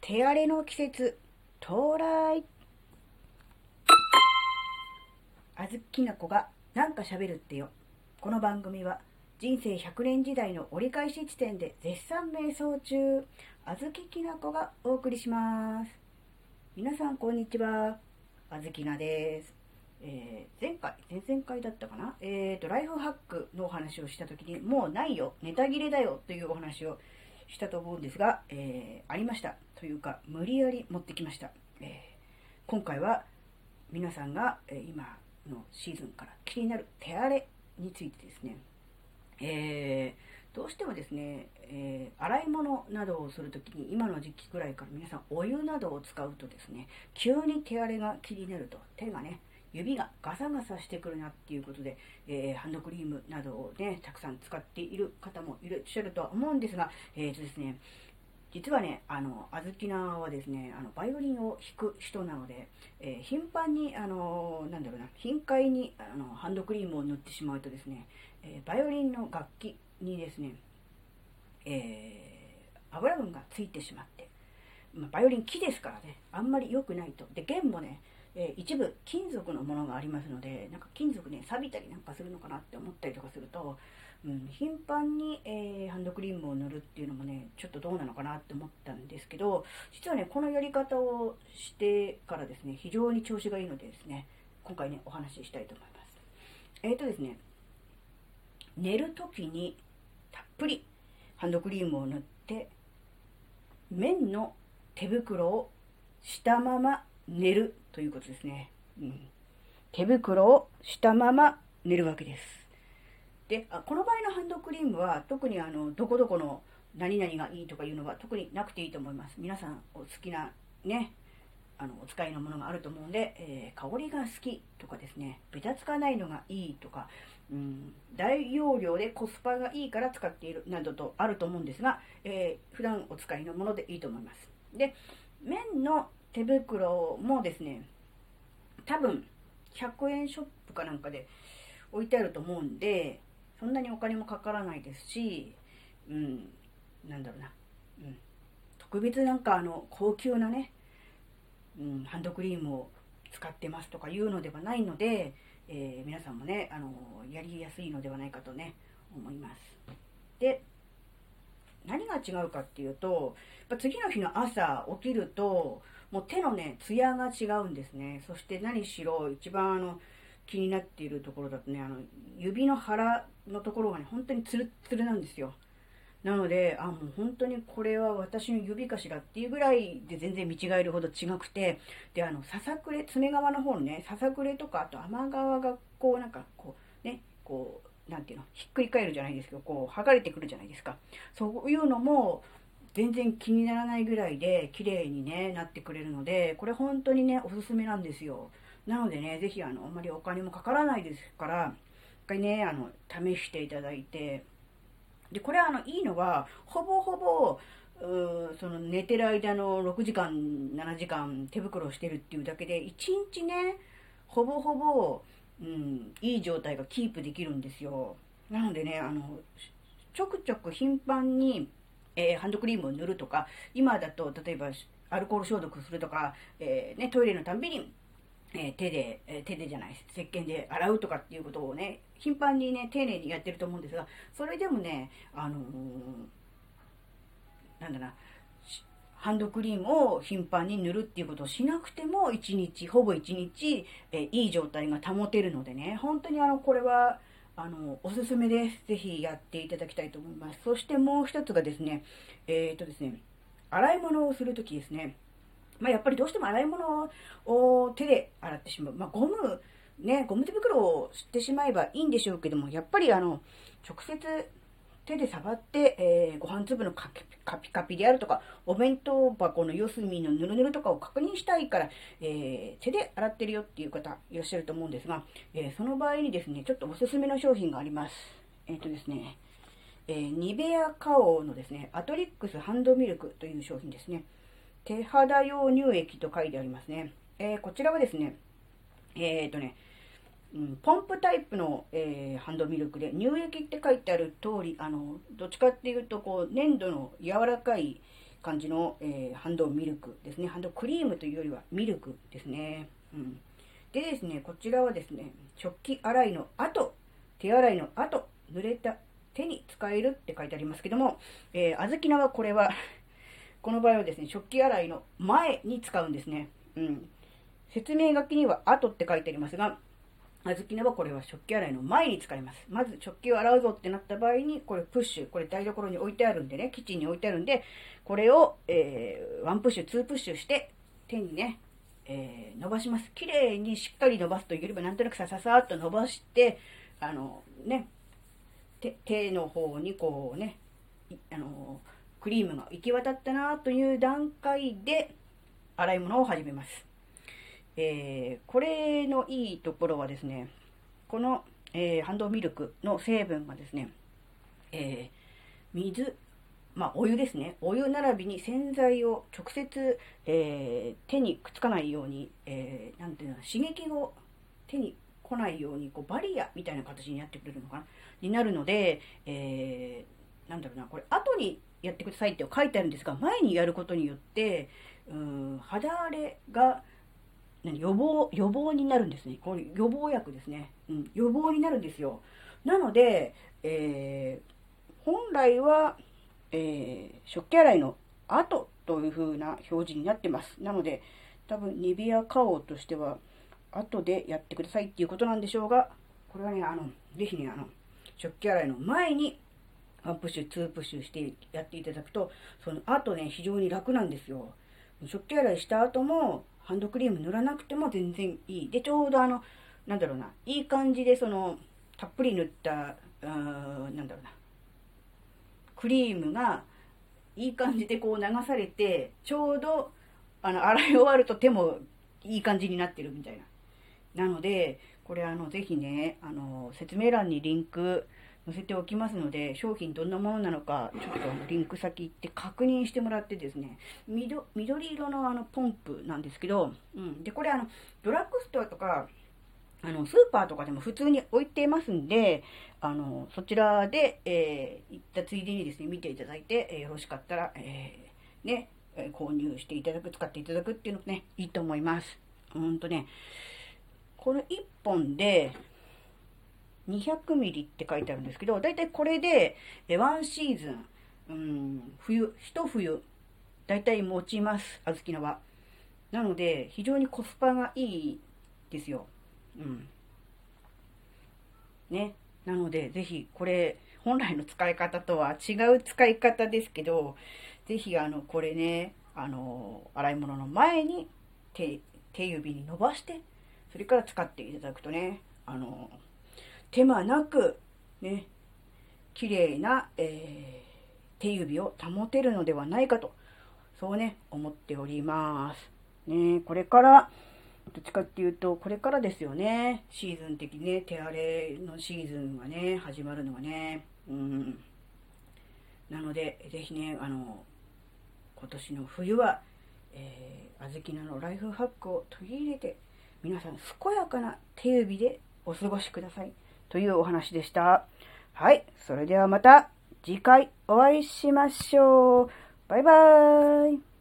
手荒れの季節到来。あずきなこがなんか喋るってよ。この番組は人生100年時代の折り返し地点で絶賛瞑想中、あずききなこがお送りします。皆さんこんにちは、あずきなです。前々回だったかな、ライフハックのお話をしたときに、もうないよ、ネタ切れだよというお話をしたと思うんですが、ありましたというか、無理やり持ってきました。今回は皆さんが、今のシーズンから気になる手荒れについてですね、どうしてもですね、洗い物などをするときに今の時期くらいから皆さんお湯などを使うとですね、急に手荒れが気になると、手がね、指がガサガサしてくるなっていうことで、ハンドクリームなどをね、たくさん使っている方もいらっしゃるとは思うんですが、ですね、実はね、あずきなはですね、バイオリンを弾く人なので、頻繁に、頻回にハンドクリームを塗ってしまうとですね、バイオリンの楽器にですね、油分がついてしまって、バイオリン木ですからね、あんまり良くないと。で、弦もね、一部金属のものがありますので、なんか金属ね、錆びたりなんかするのかなって思ったりとかすると、頻繁に、ハンドクリームを塗るっていうのもね、ちょっとどうなのかなって思ったんですけど、実はね、このやり方をしてからですね、非常に調子がいいのでですね、今回ね、お話ししたいと思います。ですね、寝るときにたっぷりハンドクリームを塗って、綿の手袋をしたまま寝るということですね。手袋をしたまま寝るわけです。で、この場合のハンドクリームは特にどこどこの何々がいいとかいうのは特になくていいと思います。皆さんお好きなね、お使いのものがあると思うんで、香りが好きとかですね、べたつかないのがいいとか、大容量でコスパがいいから使っているなどとあると思うんですが、普段お使いのものでいいと思います。で、綿の手袋もですね、多分100円ショップかなんかで置いてあると思うんで、そんなにお金もかからないですし、特別なんか高級なね、ハンドクリームを使ってますとかいうのではないので、皆さんもね、やりやすいのではないかとね、思います。で、何が違うかっていうと、次の日の朝起きると、もう手のね、ツヤが違うんですね。そして何しろ、一番気になっているところだとね、指の腹のところがね、本当にツルッツルなんですよ。なので、もう本当にこれは私の指かしらっていうぐらいで全然見違えるほど違くて、で、ささくれ、爪側の方のね、ささくれとか、あと甘側がこう、なんていうの、ひっくり返るじゃないですけど、こう、剥がれてくるじゃないですか。そういうのも、全然気にならないぐらいで、綺麗にね、なってくれるので、これ本当にね、おすすめなんですよ。なのでね、ぜひあんまりお金もかからないですから、一回ね、試していただいて、で、これいいのは、ほぼほぼ、その寝てる間の6時間、7時間手袋をしてるっていうだけで、1日ね、ほぼほぼ、いい状態がキープできるんですよ。なのでね、ちょくちょく頻繁に、ハンドクリームを塗るとか、今だと、例えば、アルコール消毒するとか、トイレのたんびに、手でじゃない、石鹸で洗うとかっていうことをね、頻繁にね、丁寧にやってると思うんですが、それでもね、ハンドクリームを頻繁に塗るっていうことをしなくても、ほぼ一日、いい状態が保てるのでね、本当にこれは、おすすめです。ぜひやっていただきたいと思います。そしてもう一つがですね、洗い物をするときですね、やっぱりどうしても洗い物を手で洗ってしまう。ゴム手袋をしてしまえばいいんでしょうけども、やっぱり直接手で触って、ご飯粒のカピカピであるとか、お弁当箱の四隅のヌルヌルとかを確認したいから、手で洗ってるよっていう方いらっしゃると思うんですが、その場合にですね、ちょっとおすすめの商品があります。ですね、ニベア花王のですね、アトリックスハンドミルクという商品ですね。手肌用乳液と書いてありますね。こちらはですね、ポンプタイプの、ハンドミルクで、乳液って書いてある通り、どっちかっていうと、こう、粘度の柔らかい感じの、ハンドミルクですね。ハンドクリームというよりはミルクですね。でですね、こちらはですね、食器洗いの後、手洗いの後、濡れた手に使えるって書いてありますけども、小豆菜はこれはこの場合はですね、食器洗いの前に使うんですね。説明書きには後って書いてありますが、小豆菜はこれは食器洗いの前に使います。まず食器を洗うぞってなった場合に、これプッシュ、これ台所に置いてあるんでね、キッチンに置いてあるんで、これを、1プッシュ、2プッシュして手にね、伸ばします。綺麗にしっかり伸ばすというよりは、なんとなくさっと伸ばして、手の方にこうね、クリームが行き渡ったなという段階で洗い物を始めます。これのいいところはですね、この、ハンドミルクの成分がですね、水、お湯ですね。お湯並びに洗剤を直接、手にくっつかないように、なんていうの、刺激を手に来ないように、バリアみたいな形になってくれるのかなになるので、これ後にやってくださいって書いてあるんですが、前にやることによって、肌荒れが予防になるんですね。これ予防薬ですね。予防になるんですよ。なので、本来は、食器洗いの後という風な表示になってます。なので、多分ニベア花王としては、後でやってくださいっていうことなんでしょうが、これはね、ぜひね、食器洗いの前に、1プッシュ、2プッシュしてやっていただくと、その後ね、非常に楽なんですよ。食器洗いした後も、ハンドクリーム塗らなくても全然いい。で、ちょうどいい感じでたっぷり塗った、クリームがいい感じでこう流されて、ちょうど、洗い終わると手もいい感じになってるみたいな。なので、これぜひね、説明欄にリンク載せておきますので、商品どんなものなのか、ちょっとリンク先行って確認してもらってですね、緑色のポンプなんですけど、で、これドラッグストアとか、スーパーとかでも普通に置いてますんで、そちらで、行ったついでにですね、見ていただいて、よろしかったら、購入していただく、使っていただくっていうのね、いいと思います。この1本で、200ミリって書いてあるんですけど、だいたいこれで、ワンシーズン、一冬、だいたい持ちます、小豆菜は。なので、非常にコスパがいいですよ。ね。なので、ぜひ、これ、本来の使い方とは違う使い方ですけど、ぜひ、これね、洗い物の前に手指に伸ばして、それから使っていただくとね、手間なく、ね、綺麗な、手指を保てるのではないかと、そうね、思っております。ね、これから、どっちかっていうと、これからですよね。シーズン的にね、手荒れのシーズンがね、始まるのがね。なので、ぜひね、今年の冬は、小豆菜のライフハックを取り入れて、皆さん健やかな手指でお過ごしください。というお話でした。はい。それではまた次回お会いしましょう。バイバーイ。